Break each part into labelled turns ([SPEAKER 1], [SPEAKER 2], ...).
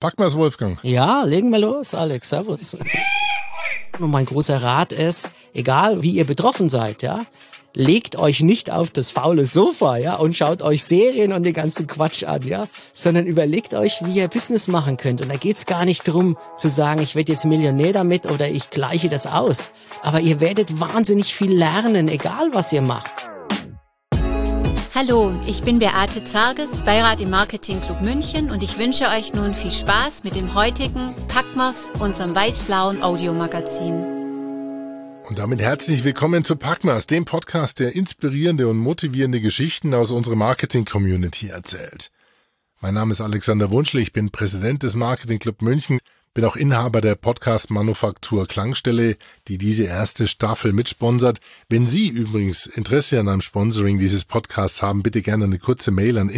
[SPEAKER 1] Pack mal's, Wolfgang.
[SPEAKER 2] Ja, legen wir los, Alex. Servus. Und mein großer Rat ist, egal wie ihr betroffen seid, ja, legt euch nicht auf das faule Sofa, ja, und schaut euch Serien und den ganzen Quatsch an, ja, sondern überlegt euch, wie ihr Business machen könnt. Und da geht's gar nicht drum zu sagen, ich werde jetzt Millionär damit oder ich gleiche das aus. Aber ihr werdet wahnsinnig viel lernen, egal was ihr macht.
[SPEAKER 3] Hallo, ich bin Beate Zarges, Beirat im Marketing Club München und ich wünsche euch nun viel Spaß mit dem heutigen Packmas, unserem weiß-blauen Audiomagazin.
[SPEAKER 1] Und damit herzlich willkommen zu Packmas, dem Podcast, der inspirierende und motivierende Geschichten aus unserer Marketing-Community erzählt. Mein Name ist Alexander Wunschle, ich bin Präsident des Marketing Club München, bin auch Inhaber der Podcast-Manufaktur Klangstelle, die diese erste Staffel mitsponsert. Wenn Sie übrigens Interesse an einem Sponsoring dieses Podcasts haben, bitte gerne eine kurze Mail an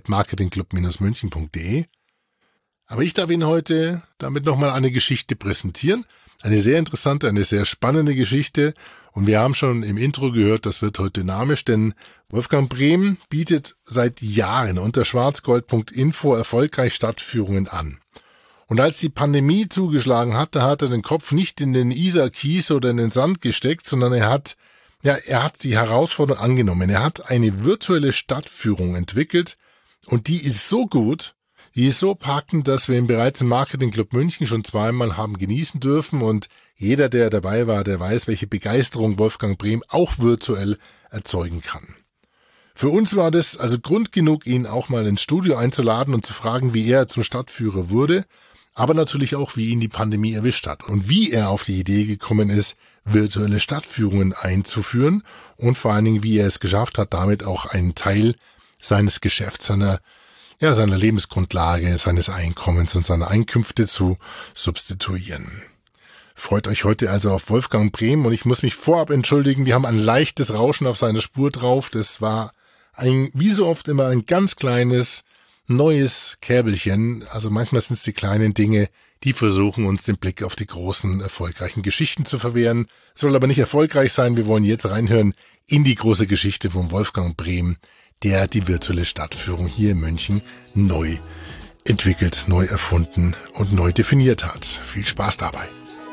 [SPEAKER 1] info@marketingclub-münchen.de. Aber ich darf Ihnen heute damit nochmal eine Geschichte präsentieren. Eine sehr interessante, eine sehr spannende Geschichte. Und wir haben schon im Intro gehört, das wird heute dynamisch, denn Wolfgang Brehm bietet seit Jahren unter schwarzgold.info erfolgreich Stadtführungen an. Und als die Pandemie zugeschlagen hat, da hat er den Kopf nicht in den Isar-Kies oder in den Sand gesteckt, sondern er hat die Herausforderung angenommen. Er hat eine virtuelle Stadtführung entwickelt und die ist so gut, die ist so packend, dass wir ihn bereits im Marketing Club München schon zweimal haben genießen dürfen und jeder, der dabei war, der weiß, welche Begeisterung Wolfgang Brehm auch virtuell erzeugen kann. Für uns war das also Grund genug, ihn auch mal ins Studio einzuladen und zu fragen, wie er zum Stadtführer wurde, aber natürlich auch, wie ihn die Pandemie erwischt hat und wie er auf die Idee gekommen ist, virtuelle Stadtführungen einzuführen und vor allen Dingen, wie er es geschafft hat, damit auch einen Teil seines Geschäfts, seiner Lebensgrundlage, seines Einkommens und seiner Einkünfte zu substituieren. Freut euch heute also auf Wolfgang Brehm und ich muss mich vorab entschuldigen, wir haben ein leichtes Rauschen auf seiner Spur drauf. Das war wie so oft immer ein ganz kleines, neues Käbelchen. Also manchmal sind es die kleinen Dinge, die versuchen uns den Blick auf die großen, erfolgreichen Geschichten zu verwehren. Soll aber nicht erfolgreich sein. Wir wollen jetzt reinhören in die große Geschichte von Wolfgang Brehm, der die virtuelle Stadtführung hier in München neu entwickelt, neu erfunden und neu definiert hat. Viel Spaß dabei.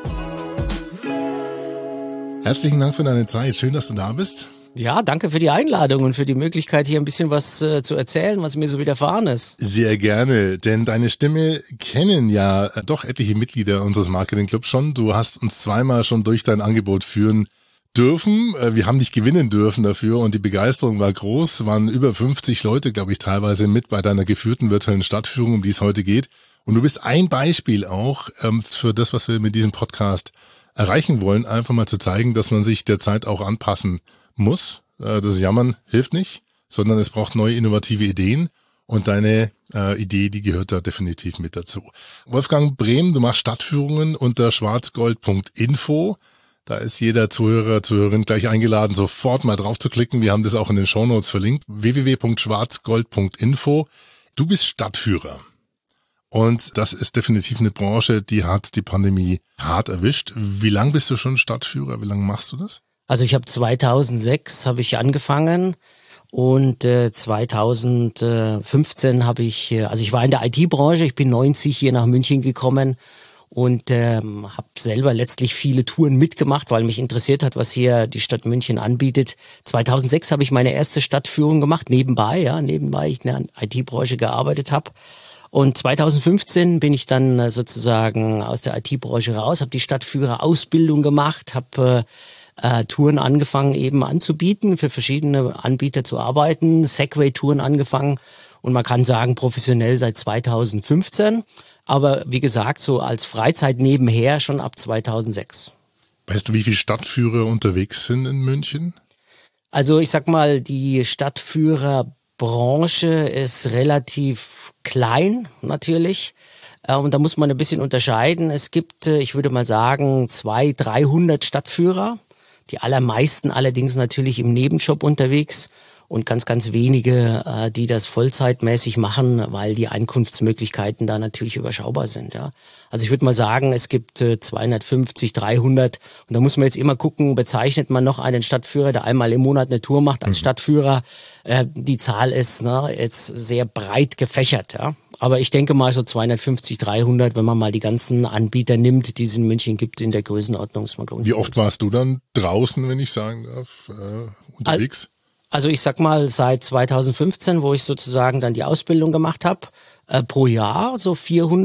[SPEAKER 1] Herzlichen Dank für deine Zeit. Schön, dass du da bist.
[SPEAKER 2] Ja, danke für die Einladung und für die Möglichkeit, hier ein bisschen was zu erzählen, was mir so widerfahren ist.
[SPEAKER 1] Sehr gerne, denn deine Stimme kennen ja doch etliche Mitglieder unseres Marketing-Clubs schon. Du hast uns zweimal schon durch dein Angebot führen dürfen. Wir haben dich gewinnen dürfen dafür und die Begeisterung war groß. Es waren über 50 Leute, glaube ich, teilweise mit bei deiner geführten virtuellen Stadtführung, um die es heute geht. Und du bist ein Beispiel auch für das, was wir mit diesem Podcast erreichen wollen, einfach mal zu zeigen, dass man sich der Zeit auch anpassen muss. Das Jammern hilft nicht, sondern es braucht neue innovative Ideen und deine Idee, die gehört da definitiv mit dazu. Wolfgang Brehm, du machst Stadtführungen unter schwarzgold.info. Da ist jeder Zuhörer, Zuhörerin gleich eingeladen, sofort mal drauf zu klicken. Wir haben das auch in den Shownotes verlinkt. www.schwarzgold.info. Du bist Stadtführer. Und das ist definitiv eine Branche, die hat die Pandemie hart erwischt. Wie lange bist du schon Stadtführer? Wie lange machst du das?
[SPEAKER 2] Also ich habe 2006 angefangen und 2015 ich war in der IT-Branche, ich bin 90 hier nach München gekommen und habe selber letztlich viele Touren mitgemacht, weil mich interessiert hat, was hier die Stadt München anbietet. 2006 habe ich meine erste Stadtführung gemacht, nebenbei ich in der IT-Branche gearbeitet habe. Und 2015 bin ich dann sozusagen aus der IT-Branche raus, habe die Stadtführerausbildung gemacht, habe Touren angefangen eben anzubieten, für verschiedene Anbieter zu arbeiten, Segway-Touren angefangen und man kann sagen professionell seit 2015, aber wie gesagt so als Freizeit nebenher schon ab 2006.
[SPEAKER 1] Weißt du, wie viele Stadtführer unterwegs sind in München?
[SPEAKER 2] Also ich sag mal, die Stadtführerbranche ist relativ klein natürlich. Und da muss man ein bisschen unterscheiden. Es gibt, ich würde mal sagen, 200-300 Stadtführer. Die allermeisten allerdings natürlich im Nebenjob unterwegs und ganz, ganz wenige, die das vollzeitmäßig machen, weil die Einkunftsmöglichkeiten da natürlich überschaubar sind. Ja. Also ich würde mal sagen, es gibt 250, 300 und da muss man jetzt immer gucken, bezeichnet man noch einen Stadtführer, der einmal im Monat eine Tour macht als Stadtführer. Die Zahl ist jetzt sehr breit gefächert. Ja. Aber ich denke mal so 250, 300, wenn man mal die ganzen Anbieter nimmt, die es in München gibt, in der Größenordnung. Ist man, glaube ich,
[SPEAKER 1] wie oft warst du dann draußen, wenn ich sagen darf, unterwegs?
[SPEAKER 2] Also ich sag mal seit 2015, wo ich sozusagen dann die Ausbildung gemacht habe, pro Jahr so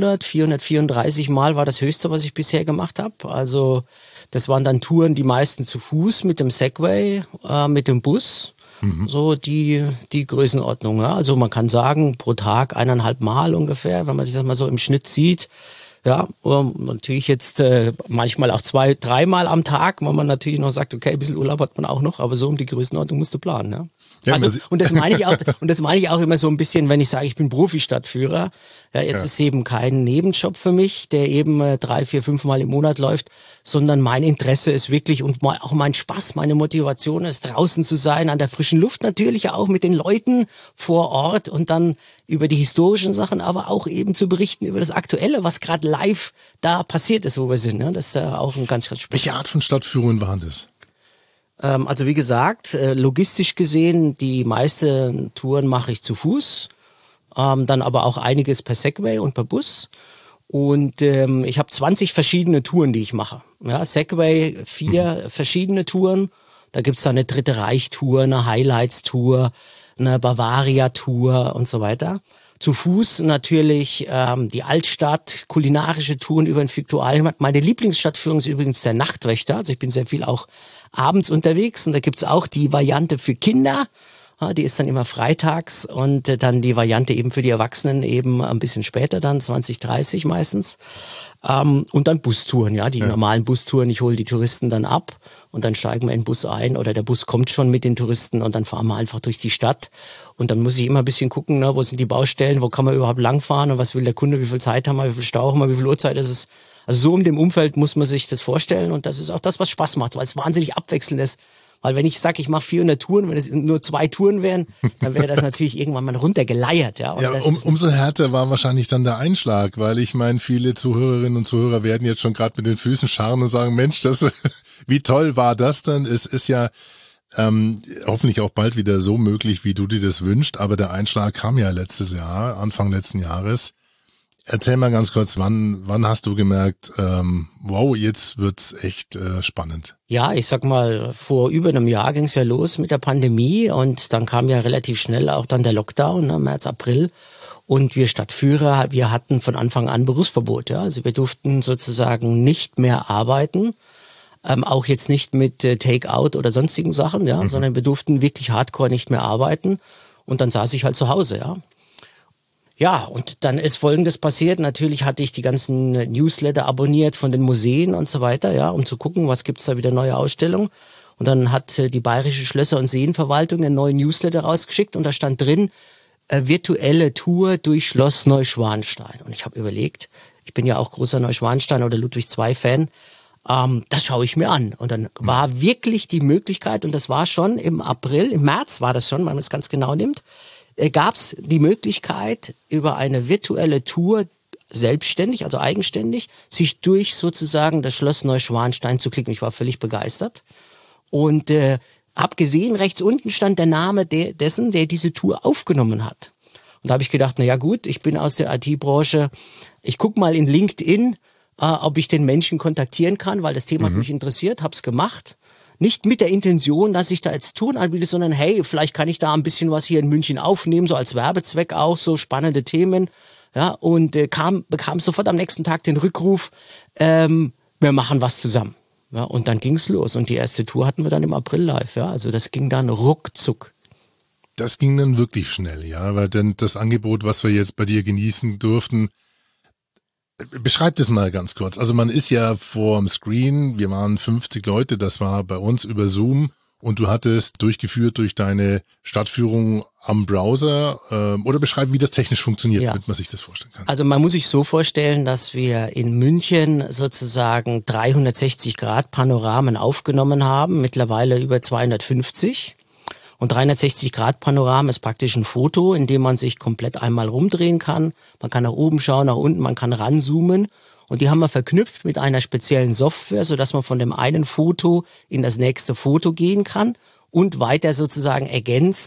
[SPEAKER 2] 434 Mal war das Höchste, was ich bisher gemacht habe. Also das waren dann Touren, die meisten zu Fuß, mit dem Segway, mit dem Bus. So die Größenordnung. Ja. Also man kann sagen, pro Tag 1,5 Mal ungefähr, wenn man sich das mal so im Schnitt sieht. Ja, natürlich jetzt manchmal auch 2, 3 Mal am Tag, weil man natürlich noch sagt, okay, ein bisschen Urlaub hat man auch noch, aber so um die Größenordnung musst du planen. Ja. Also, und das meine ich auch immer so ein bisschen, wenn ich sage, ich bin Profi-Stadtführer. Ja, es ist eben kein Nebenjob für mich, der eben 3, 4, 5 Mal im Monat läuft, sondern mein Interesse ist wirklich und auch mein Spaß, meine Motivation ist, draußen zu sein, an der frischen Luft natürlich auch mit den Leuten vor Ort und dann über die historischen Sachen, aber auch eben zu berichten über das Aktuelle, was gerade live da passiert ist, wo wir sind. Ne? Das ist auch ein ganz spannend.
[SPEAKER 1] Welche Art von Stadtführungen waren das?
[SPEAKER 2] Also wie gesagt, logistisch gesehen, die meisten Touren mache ich zu Fuß, dann aber auch einiges per Segway und per Bus. Und ich habe 20 verschiedene Touren, die ich mache. Ja, Segway 4 verschiedene Touren. Da gibt's dann eine Dritte Reich-Tour, eine Highlights-Tour, eine Bavaria-Tour und so weiter. Zu Fuß natürlich die Altstadt, kulinarische Touren über den Viktualienmarkt. Meine Lieblingsstadtführung ist übrigens der Nachtwächter. Also ich bin sehr viel auch abends unterwegs und da gibt's auch die Variante für Kinder. Ja, die ist dann immer freitags und dann die Variante eben für die Erwachsenen eben ein bisschen später dann, 20:30 meistens. Und dann Bustouren, ja, die normalen Bustouren. Ich hole die Touristen dann ab und dann steigen wir in den Bus ein oder der Bus kommt schon mit den Touristen und dann fahren wir einfach durch die Stadt. Und dann muss ich immer ein bisschen gucken, ne, wo sind die Baustellen, wo kann man überhaupt langfahren und was will der Kunde, wie viel Zeit haben wir, wie viel Stau haben wir, wie viel Uhrzeit ist es. Also so um dem Umfeld muss man sich das vorstellen und das ist auch das, was Spaß macht, weil es wahnsinnig abwechselnd ist. Weil wenn ich sage, ich mache 400 Touren, wenn es nur 2 Touren wären, dann wäre das natürlich irgendwann mal runtergeleiert. Ja,
[SPEAKER 1] ja, umso härter war wahrscheinlich dann der Einschlag, weil ich meine, viele Zuhörerinnen und Zuhörer werden jetzt schon gerade mit den Füßen scharren und sagen, Mensch, wie toll war das denn? Es ist ja hoffentlich auch bald wieder so möglich, wie du dir das wünschst, aber der Einschlag kam ja letztes Jahr, Anfang letzten Jahres. Erzähl mal ganz kurz, wann hast du gemerkt, wow, jetzt wird's echt spannend?
[SPEAKER 2] Ja, ich sag mal, vor über einem Jahr ging's ja los mit der Pandemie und dann kam ja relativ schnell auch dann der Lockdown, ne, März, April. Und wir Stadtführer, wir hatten von Anfang an Berufsverbot. Ja, also wir durften sozusagen nicht mehr arbeiten, auch jetzt nicht mit Take-out oder sonstigen Sachen, ja, sondern wir durften wirklich hardcore nicht mehr arbeiten. Und dann saß ich halt zu Hause, ja. Ja, und dann ist Folgendes passiert. Natürlich hatte ich die ganzen Newsletter abonniert von den Museen und so weiter, ja, um zu gucken, was gibt's da wieder neue Ausstellungen. Und dann hat die Bayerische Schlösser- und Seenverwaltung einen neuen Newsletter rausgeschickt und da stand drin, virtuelle Tour durch Schloss Neuschwanstein. Und ich habe überlegt, ich bin ja auch großer Neuschwanstein oder Ludwig II-Fan, das schaue ich mir an. Und dann war wirklich die Möglichkeit, und das war schon im März war das schon, wenn man es ganz genau nimmt, gab es die Möglichkeit, über eine virtuelle Tour selbstständig, also eigenständig, sich durch sozusagen das Schloss Neuschwanstein zu klicken. Ich war völlig begeistert und habe gesehen, rechts unten stand der Name dessen, der diese Tour aufgenommen hat. Und da habe ich gedacht, na ja gut, ich bin aus der IT-Branche, ich guck mal in LinkedIn, ob ich den Menschen kontaktieren kann, weil das Thema hat mich interessiert, hab's gemacht. Nicht mit der Intention, dass ich da jetzt Touren anbiete, sondern hey, vielleicht kann ich da ein bisschen was hier in München aufnehmen, so als Werbezweck auch, so spannende Themen. Ja, und bekam sofort am nächsten Tag den Rückruf, wir machen was zusammen. Ja, und dann ging's los und die erste Tour hatten wir dann im April live. Ja, also das ging dann ruckzuck.
[SPEAKER 1] Das ging dann wirklich schnell, ja, weil dann das Angebot, was wir jetzt bei dir genießen durften, beschreib das mal ganz kurz. Also man ist ja vorm Screen, wir waren 50 Leute, das war bei uns über Zoom und du hattest durchgeführt durch deine Stadtführung am Browser oder beschreib, wie das technisch funktioniert, damit man sich das vorstellen kann.
[SPEAKER 2] Also man muss sich so vorstellen, dass wir in München sozusagen 360-Grad-Panoramen aufgenommen haben, mittlerweile über 250. Und 360-Grad-Panoram ist praktisch ein Foto, in dem man sich komplett einmal rumdrehen kann. Man kann nach oben schauen, nach unten, man kann ranzoomen. Und die haben wir verknüpft mit einer speziellen Software, sodass man von dem einen Foto in das nächste Foto gehen kann und weiter sozusagen ergänzt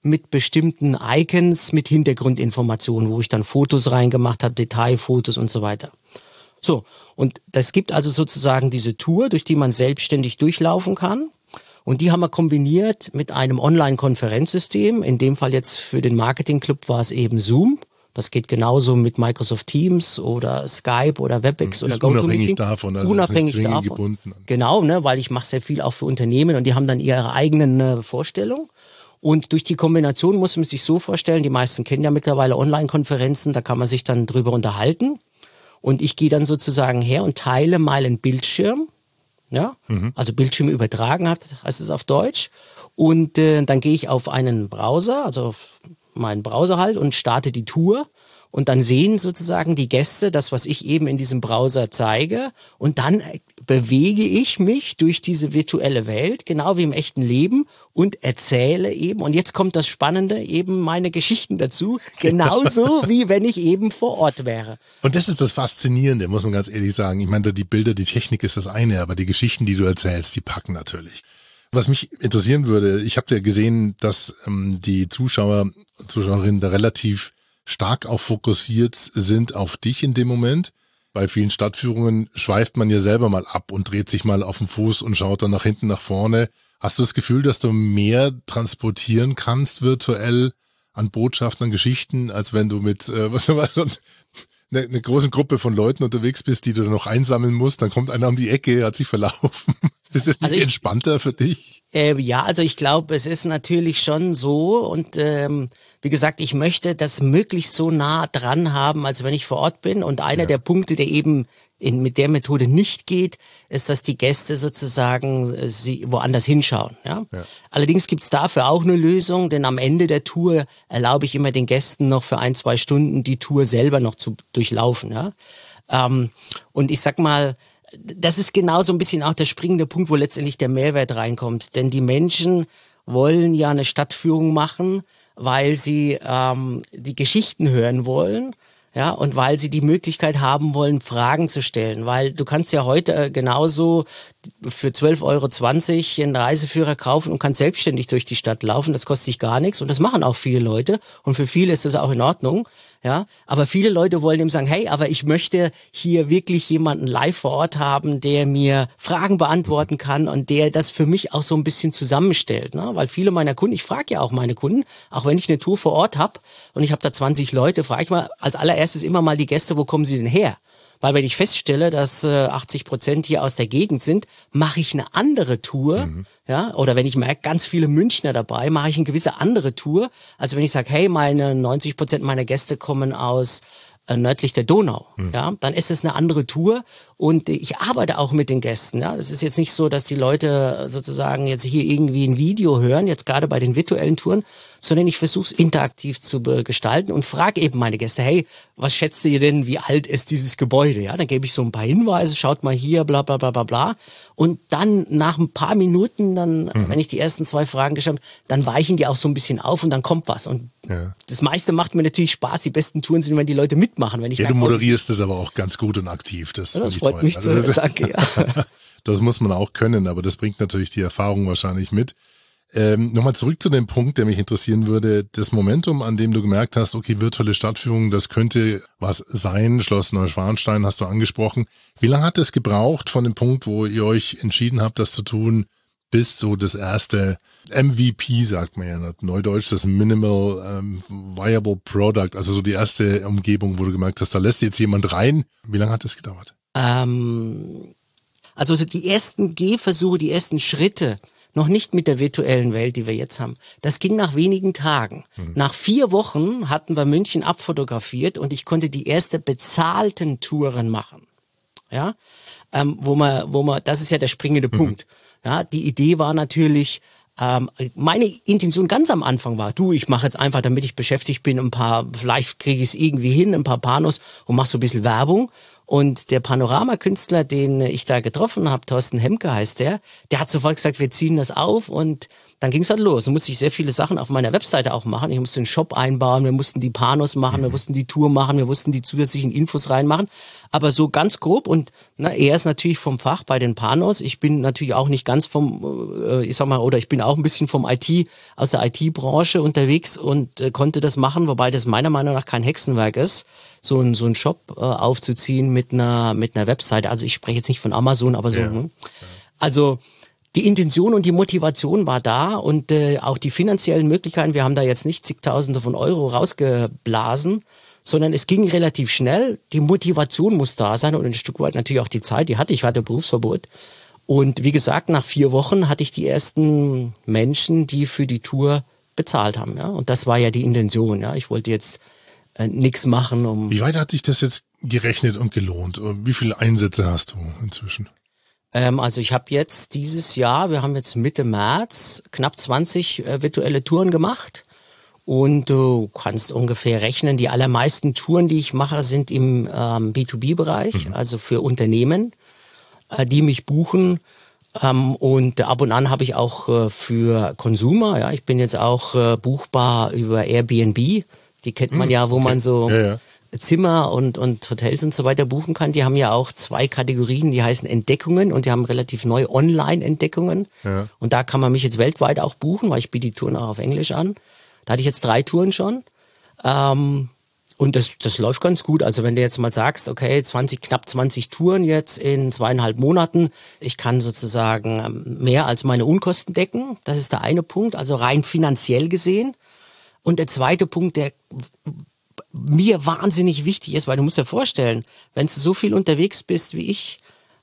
[SPEAKER 2] mit bestimmten Icons, mit Hintergrundinformationen, wo ich dann Fotos reingemacht habe, Detailfotos und so weiter. So, und das gibt also sozusagen diese Tour, durch die man selbstständig durchlaufen kann. Und die haben wir kombiniert mit einem Online-Konferenzsystem. In dem Fall jetzt für den Marketing-Club war es eben Zoom. Das geht genauso mit Microsoft Teams oder Skype oder WebEx oder GoToMeeting.
[SPEAKER 1] Unabhängig davon, also
[SPEAKER 2] unabhängig
[SPEAKER 1] nicht
[SPEAKER 2] davon.
[SPEAKER 1] Gebunden.
[SPEAKER 2] Genau, ne, weil ich mache sehr viel auch für Unternehmen und die haben dann ihre eigenen Vorstellungen. Und durch die Kombination muss man sich so vorstellen, die meisten kennen ja mittlerweile Online-Konferenzen, da kann man sich dann drüber unterhalten. Und ich gehe dann sozusagen her und teile meinen Bildschirm. Ja, also Bildschirm übertragen heißt es auf Deutsch. Und dann gehe ich auf einen Browser, also auf meinen Browser halt und starte die Tour. Und dann sehen sozusagen die Gäste das, was ich eben in diesem Browser zeige. Und dann bewege ich mich durch diese virtuelle Welt, genau wie im echten Leben, und erzähle eben, und jetzt kommt das Spannende, eben meine Geschichten dazu, genauso wie wenn ich eben vor Ort wäre.
[SPEAKER 1] Und das ist das Faszinierende, muss man ganz ehrlich sagen. Ich meine, die Bilder, die Technik ist das eine, aber die Geschichten, die du erzählst, die packen natürlich. Was mich interessieren würde, ich habe ja gesehen, dass die Zuschauer und Zuschauerinnen da relativ stark auch fokussiert sind auf dich in dem Moment. Bei vielen Stadtführungen schweift man ja selber mal ab und dreht sich mal auf den Fuß und schaut dann nach hinten, nach vorne. Hast du das Gefühl, dass du mehr transportieren kannst virtuell an Botschaften, an Geschichten, als wenn du mit eine große Gruppe von Leuten unterwegs bist, die du dann noch einsammeln musst? Dann kommt einer um die Ecke, hat sich verlaufen. Ist das nicht entspannter für dich?
[SPEAKER 2] Ja, also ich glaube, es ist natürlich schon so und wie gesagt, ich möchte das möglichst so nah dran haben, als wenn ich vor Ort bin. Und einer der Punkte, der eben mit der Methode nicht geht, ist, dass die Gäste sozusagen sie woanders hinschauen. Ja? Allerdings gibt's dafür auch eine Lösung, denn am Ende der Tour erlaube ich immer den Gästen noch für 1-2 Stunden die Tour selber noch zu durchlaufen. Ja? Und ich sag mal, das ist genau so ein bisschen auch der springende Punkt, wo letztendlich der Mehrwert reinkommt. Denn die Menschen wollen ja eine Stadtführung machen, weil sie die Geschichten hören wollen, ja, und weil sie die Möglichkeit haben wollen, Fragen zu stellen. Weil du kannst ja heute genauso für 12,20 € einen Reiseführer kaufen und kannst selbstständig durch die Stadt laufen. Das kostet dich gar nichts und das machen auch viele Leute. Und für viele ist das auch in Ordnung. Ja, aber viele Leute wollen eben sagen, hey, aber ich möchte hier wirklich jemanden live vor Ort haben, der mir Fragen beantworten kann und der das für mich auch so ein bisschen zusammenstellt. Ne? Weil viele meiner Kunden, ich frage ja auch meine Kunden, auch wenn ich eine Tour vor Ort habe und ich habe da 20 Leute, frage ich mal als allererstes immer mal die Gäste, wo kommen sie denn her? Weil wenn ich feststelle, dass 80% hier aus der Gegend sind, mache ich eine andere Tour. Ja, oder wenn ich merke, ganz viele Münchner dabei, mache ich eine gewisse andere Tour, als wenn ich sage, hey, 90% meiner Gäste kommen aus nördlich der Donau. Ja, dann ist es eine andere Tour und ich arbeite auch mit den Gästen. Ja, das ist jetzt nicht so, dass die Leute sozusagen jetzt hier irgendwie ein Video hören, jetzt gerade bei den virtuellen Touren, sondern ich versuche es interaktiv zu gestalten und frage eben meine Gäste, hey, was schätzt ihr denn, wie alt ist dieses Gebäude? Ja, dann gebe ich so ein paar Hinweise, schaut mal hier, bla bla bla bla bla. Und dann nach ein paar Minuten, dann, wenn ich die ersten 2 Fragen gestellt habe, dann weichen die auch so ein bisschen auf und dann kommt was. Und das meiste macht mir natürlich Spaß. Die besten Touren sind, wenn die Leute mitmachen. Wenn ich
[SPEAKER 1] du moderierst das aber auch ganz gut und aktiv. Das
[SPEAKER 2] freut mich zu hören. Danke, ja.
[SPEAKER 1] Das muss man auch können, aber das bringt natürlich die Erfahrung wahrscheinlich mit. Nochmal zurück zu dem Punkt, der mich interessieren würde. Das Momentum, an dem du gemerkt hast, okay, virtuelle Stadtführung, das könnte was sein. Schloss Neuschwanstein hast du angesprochen. Wie lange hat es gebraucht von dem Punkt, wo ihr euch entschieden habt, das zu tun, bis so das erste MVP, sagt man ja neudeutsch, das Minimal Viable Product, also so die erste Umgebung, wo du gemerkt hast, da lässt jetzt jemand rein. Wie lange hat das gedauert?
[SPEAKER 2] Also die ersten Gehversuche, die ersten Schritte, noch nicht mit der virtuellen Welt, die wir jetzt haben. Das ging nach wenigen Tagen. Nach 4 Wochen hatten wir München abfotografiert und ich konnte die erste bezahlten Touren machen. Ja, wo man, das ist ja der springende Punkt. Ja, die Idee war natürlich, meine Intention ganz am Anfang war, ich mache jetzt einfach, damit ich beschäftigt bin, vielleicht kriege ich es irgendwie hin, ein paar Panos und mache so ein bisschen Werbung. Und der Panoramakünstler, den ich da getroffen habe, Thorsten Hemke heißt der hat sofort gesagt, wir ziehen das auf und dann ging es halt los. Da musste ich sehr viele Sachen auf meiner Webseite auch machen. Ich musste einen Shop einbauen, wir mussten die Panos machen, wir mussten die Tour machen, wir mussten die zusätzlichen Infos reinmachen. Aber so ganz grob und er ist natürlich vom Fach bei den Panos. Ich bin natürlich auch nicht ganz ich bin auch ein bisschen aus der IT-Branche unterwegs und konnte das machen, wobei das meiner Meinung nach kein Hexenwerk ist, so einen Shop aufzuziehen mit einer Webseite. Also ich spreche jetzt nicht von Amazon, aber so. Ja. Also die Intention und die Motivation war da und auch die finanziellen Möglichkeiten. Wir haben da jetzt nicht zigtausende von Euro rausgeblasen, sondern es ging relativ schnell. Die Motivation muss da sein und ein Stück weit natürlich auch die Zeit, die hatte ich, hatte Berufsverbot. Und wie gesagt, nach 4 Wochen hatte ich die ersten Menschen, die für die Tour bezahlt haben. Ja? Und das war ja die Intention. Ja? Ich wollte jetzt nichts machen.
[SPEAKER 1] Wie weit hat sich das jetzt gerechnet und gelohnt? Wie viele Einsätze hast du inzwischen?
[SPEAKER 2] Also ich habe jetzt dieses Jahr, wir haben jetzt Mitte März, knapp 20 virtuelle Touren gemacht und du kannst ungefähr rechnen, die allermeisten Touren, die ich mache, sind im B2B-Bereich, also für Unternehmen, die mich buchen und ab und an habe ich auch für Consumer, ja, ich bin jetzt auch buchbar über Airbnb, die kennt man ja, wo man so... Ja. Zimmer und Hotels und so weiter buchen kann. Die haben ja auch 2 Kategorien, die heißen Entdeckungen und die haben relativ neue Online-Entdeckungen. Ja. Und da kann man mich jetzt weltweit auch buchen, weil ich biete die Touren auch auf Englisch an. Da hatte ich jetzt 3 Touren schon. Und das läuft ganz gut. Also wenn du jetzt mal sagst, okay, knapp 20 Touren jetzt in 2,5 Monaten. Ich kann sozusagen mehr als meine Unkosten decken. Das ist der eine Punkt, also rein finanziell gesehen. Und der zweite Punkt, der mir wahnsinnig wichtig ist, weil du musst dir vorstellen, wenn du so viel unterwegs bist wie ich,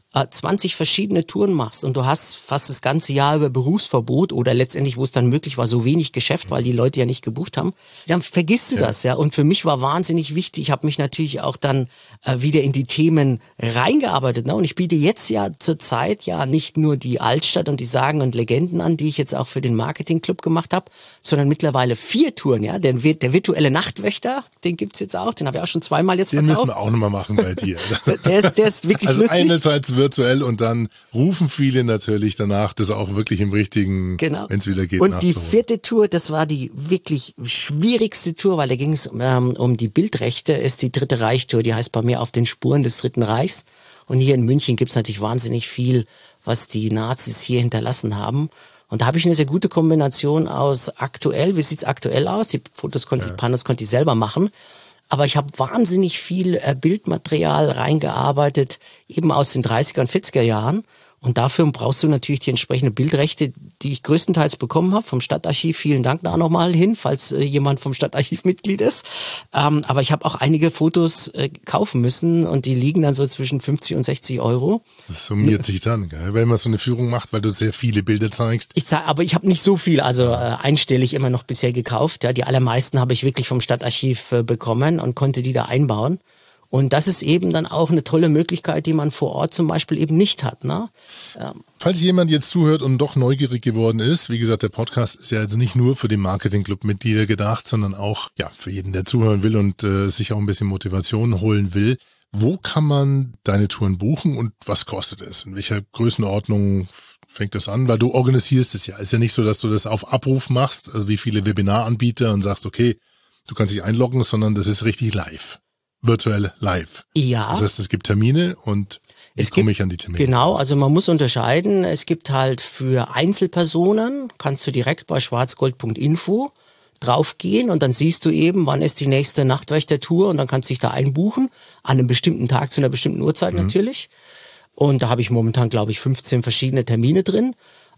[SPEAKER 2] 20 verschiedene Touren machst und du hast fast das ganze Jahr über Berufsverbot oder letztendlich, wo es dann möglich war, so wenig Geschäft, weil die Leute ja nicht gebucht haben, dann vergisst du das, ja. Und für mich war wahnsinnig wichtig, ich habe mich natürlich auch dann wieder in die Themen reingearbeitet, ne? Und ich biete jetzt ja zurzeit ja nicht nur die Altstadt und die Sagen und Legenden an, die ich jetzt auch für den Marketingclub gemacht habe, sondern mittlerweile 4 Touren, ja. Der virtuelle Nachtwächter, den gibt's jetzt auch, den habe ich auch schon 2-mal jetzt verkauft.
[SPEAKER 1] Den müssen wir auch nochmal machen bei dir.
[SPEAKER 2] der ist wirklich
[SPEAKER 1] also
[SPEAKER 2] lustig.
[SPEAKER 1] Einerseits virtuell und dann rufen viele natürlich danach, das auch wirklich im richtigen, wenn es wieder geht,
[SPEAKER 2] und die 4. Tour, das war die wirklich schwierigste Tour, weil da ging es um die Bildrechte, ist die Dritte Reich-Tour, die heißt bei mir Auf den Spuren des Dritten Reichs. Und hier in München gibt's natürlich wahnsinnig viel, was die Nazis hier hinterlassen haben. Und da habe ich eine sehr gute Kombination aus aktuell, wie sieht's aktuell aus? Die Fotos die Panos konnte ich selber machen. Aber ich habe wahnsinnig viel Bildmaterial reingearbeitet, eben aus den 30er und 40er Jahren. Und dafür brauchst du natürlich die entsprechende Bildrechte, die ich größtenteils bekommen habe vom Stadtarchiv. Vielen Dank da nochmal hin, falls jemand vom Stadtarchiv Mitglied ist. Aber ich habe auch einige Fotos kaufen müssen und die liegen dann so zwischen 50 und 60 Euro.
[SPEAKER 1] Das summiert sich dann, gell? Wenn man so eine Führung macht, weil du sehr viele Bilder zeigst.
[SPEAKER 2] Aber ich habe nicht so viel, also einstellig immer noch bisher gekauft. Ja, die allermeisten habe ich wirklich vom Stadtarchiv bekommen und konnte die da einbauen. Und das ist eben dann auch eine tolle Möglichkeit, die man vor Ort zum Beispiel eben nicht hat. Ne?
[SPEAKER 1] Falls jemand jetzt zuhört und doch neugierig geworden ist, wie gesagt, der Podcast ist ja jetzt nicht nur für den Marketingclub-Mitglieder gedacht, sondern auch für jeden, der zuhören will und sich auch ein bisschen Motivation holen will. Wo kann man deine Touren buchen und was kostet es? In welcher Größenordnung fängt das an? Weil du organisierst es ja. Ist ja nicht so, dass du das auf Abruf machst, also wie viele Webinaranbieter und sagst, okay, du kannst dich einloggen, sondern das ist richtig live. Virtuell live.
[SPEAKER 2] Ja.
[SPEAKER 1] Das heißt, es gibt Termine und wie komme ich an die Termine?
[SPEAKER 2] Genau, also man muss unterscheiden. Es gibt halt für Einzelpersonen, kannst du direkt bei schwarzgold.info draufgehen und dann siehst du eben, wann ist die nächste Nachtwächter-Tour und dann kannst du dich da einbuchen, an einem bestimmten Tag zu einer bestimmten Uhrzeit natürlich. Und da habe ich momentan, glaube ich, 15 verschiedene Termine drin.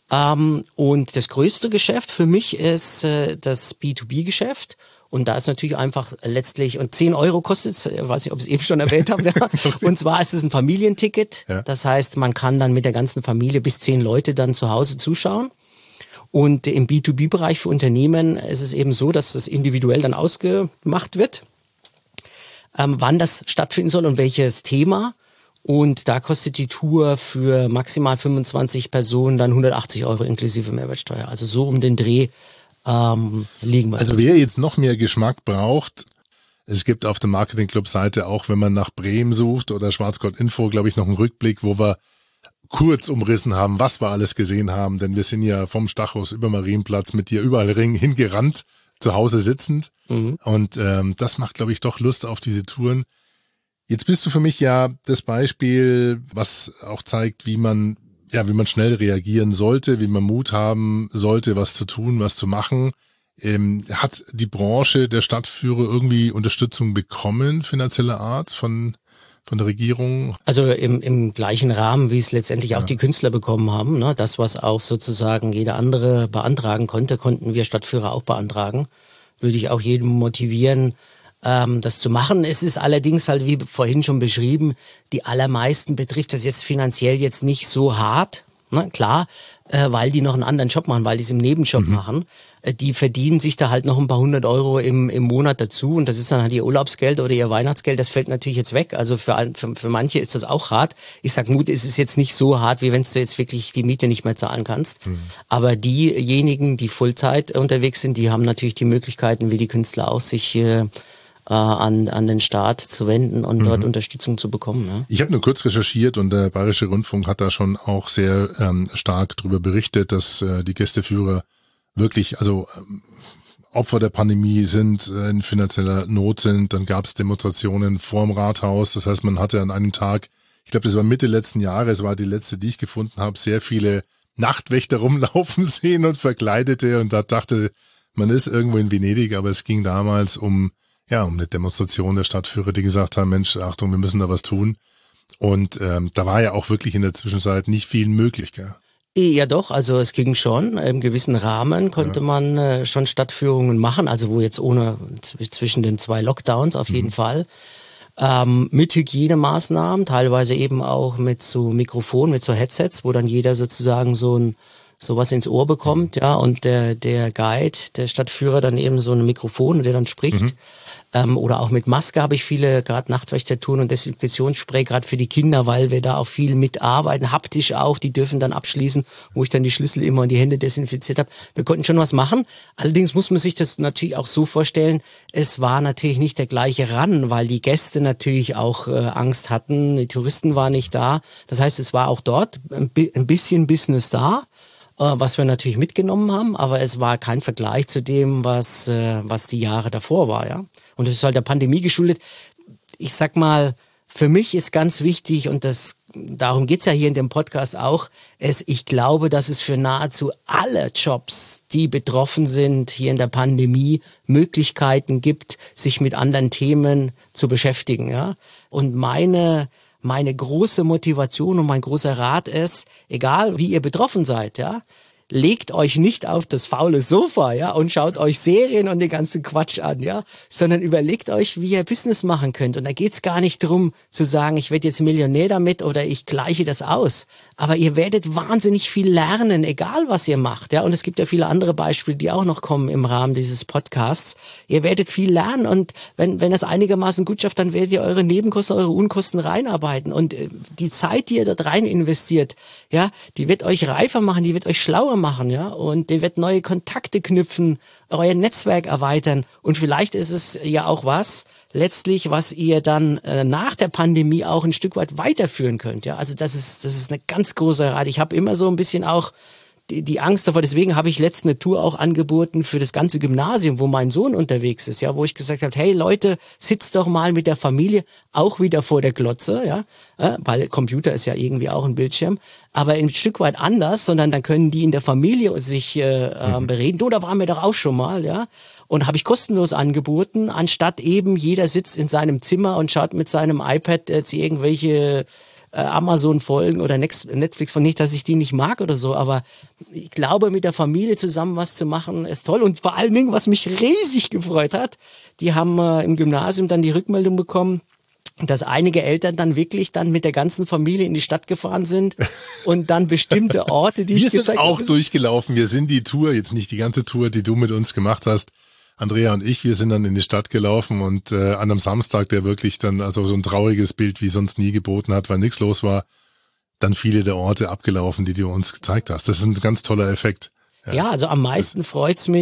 [SPEAKER 2] Und das größte Geschäft für mich ist das B2B-Geschäft. Und da ist natürlich einfach letztlich, und 10 Euro kostet es, weiß nicht, ob ich es eben schon erwähnt habe, ja. Und zwar ist es ein Familienticket. Ja. Das heißt, man kann dann mit der ganzen Familie bis 10 Leute dann zu Hause zuschauen. Und im B2B-Bereich für Unternehmen ist es eben so, dass das individuell dann ausgemacht wird, wann das stattfinden soll und welches Thema. Und da kostet die Tour für maximal 25 Personen dann 180 Euro inklusive Mehrwertsteuer. Also so um den Dreh liegen wir.
[SPEAKER 1] Also wer jetzt noch mehr Geschmack braucht, Es gibt auf der Marketing Club Seite auch, wenn man nach Bremen sucht oder Schwarzgott Info, glaube ich, noch einen Rückblick, wo wir kurz umrissen haben, was wir alles gesehen haben, denn wir sind ja vom Stachus über Marienplatz mit dir überall hingerannt, zu Hause sitzend. Und das macht, glaube ich, doch Lust auf diese Touren. Jetzt bist du für mich ja das Beispiel, was auch zeigt, wie man schnell reagieren sollte, wie man Mut haben sollte, was zu tun, was zu machen. Hat die Branche der Stadtführer irgendwie Unterstützung bekommen, finanzieller Art, von der Regierung?
[SPEAKER 2] Also im gleichen Rahmen, wie es letztendlich auch die Künstler bekommen haben. Ne? Das, was auch sozusagen jeder andere beantragen konnte, konnten wir Stadtführer auch beantragen. Würde ich auch jedem motivieren, das zu machen. Es ist allerdings halt, wie vorhin schon beschrieben, die allermeisten betrifft das jetzt finanziell jetzt nicht so hart. Ne? Klar, weil die noch einen anderen Job machen, weil die es im Nebenjob machen. Die verdienen sich da halt noch ein paar 100 Euro im Monat dazu und das ist dann halt ihr Urlaubsgeld oder ihr Weihnachtsgeld, das fällt natürlich jetzt weg. Also für manche ist das auch hart. Ich sag, Mut, es ist jetzt nicht so hart, wie wenn du jetzt wirklich die Miete nicht mehr zahlen kannst. Aber diejenigen, die Vollzeit unterwegs sind, die haben natürlich die Möglichkeiten, wie die Künstler auch, sich an den Staat zu wenden und dort Unterstützung zu bekommen. Ja.
[SPEAKER 1] Ich habe nur kurz recherchiert und der Bayerische Rundfunk hat da schon auch sehr stark darüber berichtet, dass die Gästeführer wirklich, also Opfer der Pandemie sind, in finanzieller Not sind. Dann gab es Demonstrationen vorm Rathaus. Das heißt, man hatte an einem Tag, ich glaube, das war Mitte letzten Jahres, war die letzte, die ich gefunden habe, sehr viele Nachtwächter rumlaufen sehen und Verkleidete. Und da dachte, man ist irgendwo in Venedig, aber es ging damals um eine Demonstration der Stadtführer, die gesagt haben, Mensch, Achtung, wir müssen da was tun. Und da war ja auch wirklich in der Zwischenzeit nicht viel möglich, gell?
[SPEAKER 2] Ja doch, also es ging schon. Im gewissen Rahmen konnte man schon Stadtführungen machen, also wo jetzt zwischen den 2 Lockdowns auf jeden Fall. Mit Hygienemaßnahmen, teilweise eben auch mit so Mikrofonen, mit so Headsets, wo dann jeder sozusagen sowas ins Ohr bekommt, ja, und der Guide, der Stadtführer dann eben so ein Mikrofon, der dann spricht. Oder auch mit Maske habe ich viele, gerade Nachtwächtertouren und Desinfektionsspray, gerade für die Kinder, weil wir da auch viel mitarbeiten, haptisch auch, die dürfen dann abschließen, wo ich dann die Schlüssel immer und die Hände desinfiziert habe. Wir konnten schon was machen, allerdings muss man sich das natürlich auch so vorstellen, es war natürlich nicht der gleiche Run, weil die Gäste natürlich auch Angst hatten, die Touristen waren nicht da, das heißt, es war auch dort ein bisschen Business da, was wir natürlich mitgenommen haben, aber es war kein Vergleich zu dem, was die Jahre davor war, ja. Und das ist halt der Pandemie geschuldet. Ich sag mal, für mich ist ganz wichtig, und darum geht's ja hier in dem Podcast auch, ich glaube, dass es für nahezu alle Jobs, die betroffen sind hier in der Pandemie, Möglichkeiten gibt, sich mit anderen Themen zu beschäftigen, ja. Und meine große Motivation und mein großer Rat ist, egal wie ihr betroffen seid, ja, legt euch nicht auf das faule Sofa, ja, und schaut euch Serien und den ganzen Quatsch an, ja, sondern überlegt euch, wie ihr Business machen könnt. Und da geht's gar nicht drum zu sagen, ich werde jetzt Millionär damit oder ich gleiche das aus. Aber ihr werdet wahnsinnig viel lernen, egal was ihr macht, ja. Und es gibt ja viele andere Beispiele, die auch noch kommen im Rahmen dieses Podcasts. Ihr werdet viel lernen und wenn das einigermaßen gut schafft, dann werdet ihr eure Nebenkosten, eure Unkosten reinarbeiten. Und die Zeit, die ihr dort rein investiert, ja, die wird euch reifer machen, die wird euch schlauer machen, ja, und die wird neue Kontakte knüpfen, euer Netzwerk erweitern und vielleicht ist es ja auch was ihr dann nach der Pandemie auch ein Stück weit weiterführen könnt, ja, also das ist eine ganz große Rat. Ich habe immer so ein bisschen auch die Angst davor, deswegen habe ich letztens eine Tour auch angeboten für das ganze Gymnasium, wo mein Sohn unterwegs ist, ja, wo ich gesagt habe, hey Leute, sitzt doch mal mit der Familie auch wieder vor der Glotze, ja, weil Computer ist ja irgendwie auch ein Bildschirm, aber ein Stück weit anders, sondern dann können die in der Familie sich bereden. Da waren wir doch auch schon mal, ja. Und habe ich kostenlos angeboten, anstatt eben jeder sitzt in seinem Zimmer und schaut mit seinem iPad jetzt irgendwelche Amazon-Folgen oder Netflix von, nicht, dass ich die nicht mag oder so, aber ich glaube, mit der Familie zusammen was zu machen, ist toll. Und vor allen Dingen, was mich riesig gefreut hat, die haben im Gymnasium dann die Rückmeldung bekommen, dass einige Eltern dann wirklich dann mit der ganzen Familie in die Stadt gefahren sind und dann bestimmte Orte, die ich gezeigt habe.
[SPEAKER 1] Wir sind auch durchgelaufen. Wir sind die Tour, jetzt nicht die ganze Tour, die du mit uns gemacht hast, Andrea und ich, wir sind dann in die Stadt gelaufen und an einem Samstag, der wirklich dann, also so ein trauriges Bild wie sonst nie geboten hat, weil nichts los war, dann viele der Orte abgelaufen, die du uns gezeigt hast. Das ist ein ganz toller Effekt.
[SPEAKER 2] Ja, also am meisten freut's mich,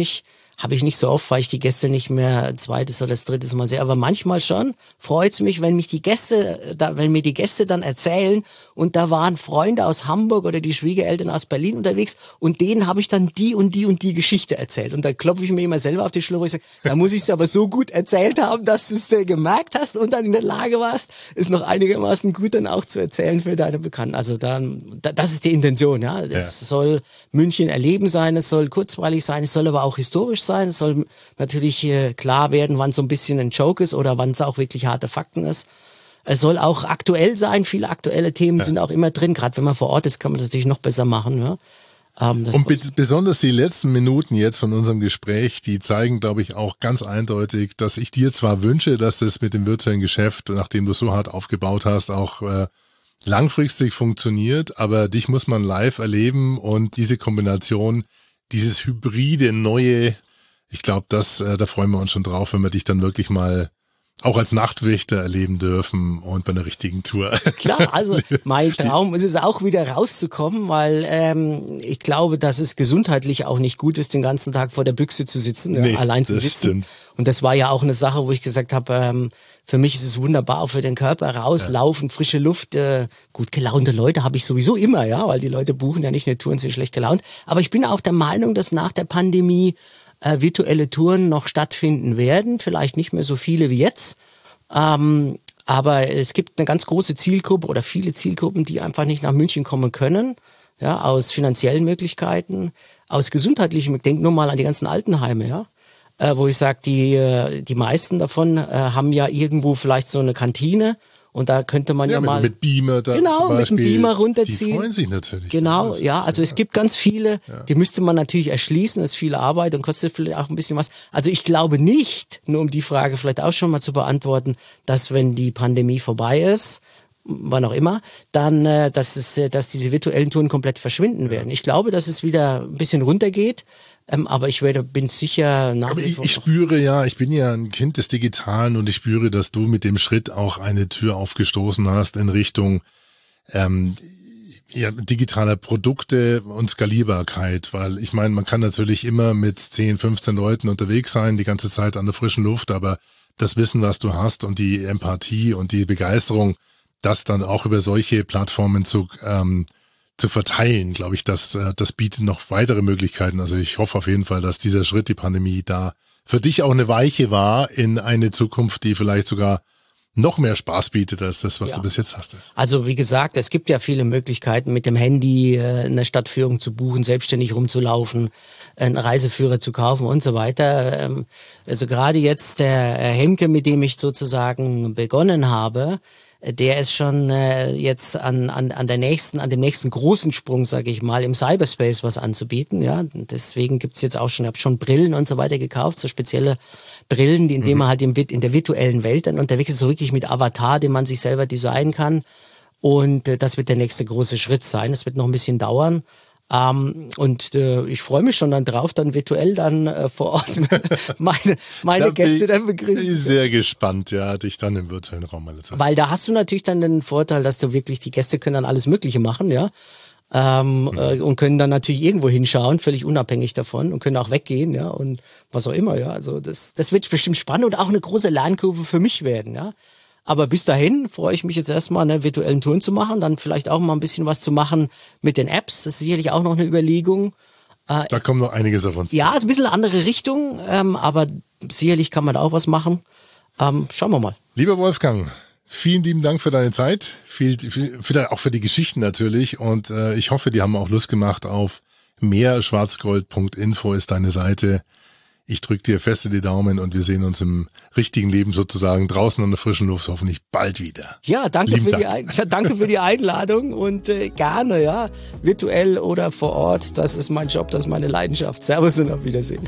[SPEAKER 2] habe ich nicht so oft, weil ich die Gäste nicht mehr ein zweites oder das drittes Mal sehe. Aber manchmal schon freut es mich, wenn mir die Gäste dann erzählen und da waren Freunde aus Hamburg oder die Schwiegereltern aus Berlin unterwegs und denen habe ich dann die und die Geschichte erzählt. Und da klopfe ich mir immer selber auf die Schulter und ich sage, da muss ich es aber so gut erzählt haben, dass du es gemerkt hast und dann in der Lage warst, es noch einigermaßen gut dann auch zu erzählen für deine Bekannten. Also das ist die Intention, ja. Es soll München erleben sein, es soll kurzweilig sein, es soll aber auch historisch sein, es soll natürlich klar werden, wann so ein bisschen ein Joke ist oder wann es auch wirklich harte Fakten ist. Es soll auch aktuell sein, viele aktuelle Themen sind auch immer drin, gerade wenn man vor Ort ist, kann man das natürlich noch besser machen, ja.
[SPEAKER 1] Und besonders die letzten Minuten jetzt von unserem Gespräch, die zeigen, glaube ich, auch ganz eindeutig, dass ich dir zwar wünsche, dass das mit dem virtuellen Geschäft, nachdem du so hart aufgebaut hast, auch langfristig funktioniert, aber dich muss man live erleben und diese Kombination, dieses hybride, neue, ich glaube, da freuen wir uns schon drauf, wenn wir dich dann wirklich mal auch als Nachtwächter erleben dürfen und bei einer richtigen Tour.
[SPEAKER 2] Klar, also mein Traum ist es auch wieder rauszukommen, weil ich glaube, dass es gesundheitlich auch nicht gut ist, den ganzen Tag vor der Büchse zu sitzen, allein zu sitzen. Stimmt. Und das war ja auch eine Sache, wo ich gesagt habe, für mich ist es wunderbar, auch für den Körper rauslaufen, frische Luft, gut gelaunte Leute habe ich sowieso immer, ja, weil die Leute buchen ja nicht eine Tour und sind schlecht gelaunt. Aber ich bin auch der Meinung, dass nach der Pandemie virtuelle Touren noch stattfinden werden, vielleicht nicht mehr so viele wie jetzt, aber es gibt eine ganz große Zielgruppe oder viele Zielgruppen, die einfach nicht nach München kommen können, ja, aus finanziellen Möglichkeiten, aus gesundheitlichen, denk nur mal an die ganzen Altenheime, ja, wo ich sage, die meisten davon haben ja irgendwo vielleicht so eine Kantine. Und da könnte man ja mal
[SPEAKER 1] mit Beamer da
[SPEAKER 2] genau,
[SPEAKER 1] zum Beispiel,
[SPEAKER 2] mit dem Beamer runterziehen.
[SPEAKER 1] Die freuen sich natürlich.
[SPEAKER 2] Genau, ja, also es gibt ganz viele, die müsste man natürlich erschließen, das ist viel Arbeit und kostet vielleicht auch ein bisschen was. Also ich glaube nicht, nur um die Frage vielleicht auch schon mal zu beantworten, dass wenn die Pandemie vorbei ist, wann auch immer, dann, dass diese virtuellen Touren komplett verschwinden werden. Ich glaube, dass es wieder ein bisschen runtergeht. Aber ich bin sicher nach wie vor.
[SPEAKER 1] Ich spüre ja, ich bin ja ein Kind des Digitalen und ich spüre, dass du mit dem Schritt auch eine Tür aufgestoßen hast in Richtung digitaler Produkte und Skalierbarkeit, weil ich meine, man kann natürlich immer mit 10, 15 Leuten unterwegs sein, die ganze Zeit an der frischen Luft, aber das Wissen, was du hast und die Empathie und die Begeisterung, das dann auch über solche Plattformen zu verteilen, glaube ich, das bietet noch weitere Möglichkeiten. Also ich hoffe auf jeden Fall, dass dieser Schritt, die Pandemie, da für dich auch eine Weiche war in eine Zukunft, die vielleicht sogar noch mehr Spaß bietet als das, was du bis jetzt hast.
[SPEAKER 2] Also wie gesagt, es gibt ja viele Möglichkeiten, mit dem Handy eine Stadtführung zu buchen, selbstständig rumzulaufen, einen Reiseführer zu kaufen und so weiter. Also gerade jetzt der Hemke, mit dem ich sozusagen begonnen habe, der ist schon jetzt an dem nächsten großen Sprung, sage ich mal, im Cyberspace was anzubieten. Ja, deswegen gibt's jetzt auch schon, ich habe schon Brillen und so weiter gekauft, so spezielle Brillen, in denen man halt in der virtuellen Welt dann unterwegs ist, so wirklich mit Avatar, den man sich selber designen kann. Und das wird der nächste große Schritt sein. Das wird noch ein bisschen dauern. Und ich freue mich schon dann drauf, dann virtuell dann vor Ort meine Gäste dann begrüßen. Ich
[SPEAKER 1] bin sehr gespannt, ja, dich dann im virtuellen Raum alle Zeit.
[SPEAKER 2] Weil da hast du natürlich dann den Vorteil, dass du wirklich, die Gäste können dann alles Mögliche machen, ja. Und können dann natürlich irgendwo hinschauen, völlig unabhängig davon und können auch weggehen, ja, und was auch immer, ja. Also das wird bestimmt spannend und auch eine große Lernkurve für mich werden, ja. Aber bis dahin freue ich mich jetzt erstmal, eine virtuellen Touren zu machen, dann vielleicht auch mal ein bisschen was zu machen mit den Apps. Das ist sicherlich auch noch eine Überlegung.
[SPEAKER 1] Da kommt noch einiges auf uns zu.
[SPEAKER 2] Ja, ist ein bisschen eine andere Richtung, aber sicherlich kann man da auch was machen. Schauen wir mal.
[SPEAKER 1] Lieber Wolfgang, vielen lieben Dank für deine Zeit, auch für die Geschichten natürlich und ich hoffe, die haben auch Lust gemacht auf mehr. Schwarzgold.info ist deine Seite. Ich drücke dir fest in die Daumen und wir sehen uns im richtigen Leben sozusagen draußen an der frischen Luft hoffentlich bald wieder.
[SPEAKER 2] Ja, danke für die Einladung und gerne, ja, virtuell oder vor Ort. Das ist mein Job, das ist meine Leidenschaft. Servus und auf Wiedersehen.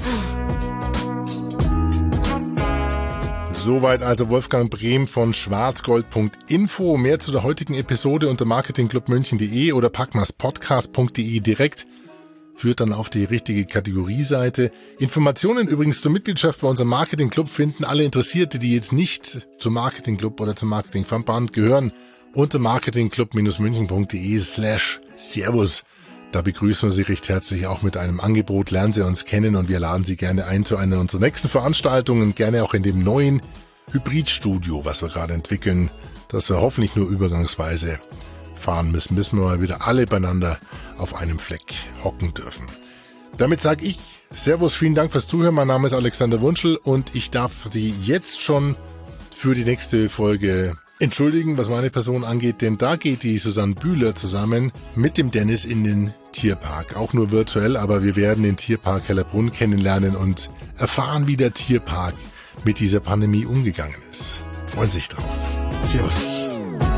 [SPEAKER 1] Soweit also Wolfgang Brehm von schwarzgold.info. Mehr zu der heutigen Episode unter marketingclubmünchen.de oder packmaspodcast.de direkt. Führt dann auf die richtige Kategorieseite. Informationen übrigens zur Mitgliedschaft bei unserem Marketingclub finden alle Interessierte, die jetzt nicht zum Marketingclub oder zum Marketingverband gehören, unter marketingclub-münchen.de/servus. Da begrüßen wir Sie recht herzlich auch mit einem Angebot. Lernen Sie uns kennen und wir laden Sie gerne ein zu einer unserer nächsten Veranstaltungen, gerne auch in dem neuen Hybridstudio, was wir gerade entwickeln, das wir hoffentlich nur übergangsweise fahren müssen, bis wir mal wieder alle beieinander auf einem Fleck hocken dürfen. Damit sage ich Servus, vielen Dank fürs Zuhören. Mein Name ist Alexander Wunschel und ich darf Sie jetzt schon für die nächste Folge entschuldigen, was meine Person angeht, denn da geht die Susanne Bühler zusammen mit dem Dennis in den Tierpark. Auch nur virtuell, aber wir werden den Tierpark Hellerbrunn kennenlernen und erfahren, wie der Tierpark mit dieser Pandemie umgegangen ist. Freuen sich drauf. Servus.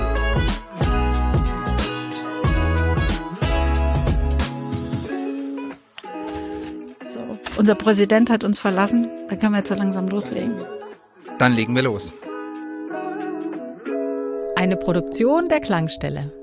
[SPEAKER 4] So, unser Präsident hat uns verlassen. Da können wir jetzt so langsam loslegen.
[SPEAKER 5] Dann legen wir los.
[SPEAKER 6] Eine Produktion der Klangstelle.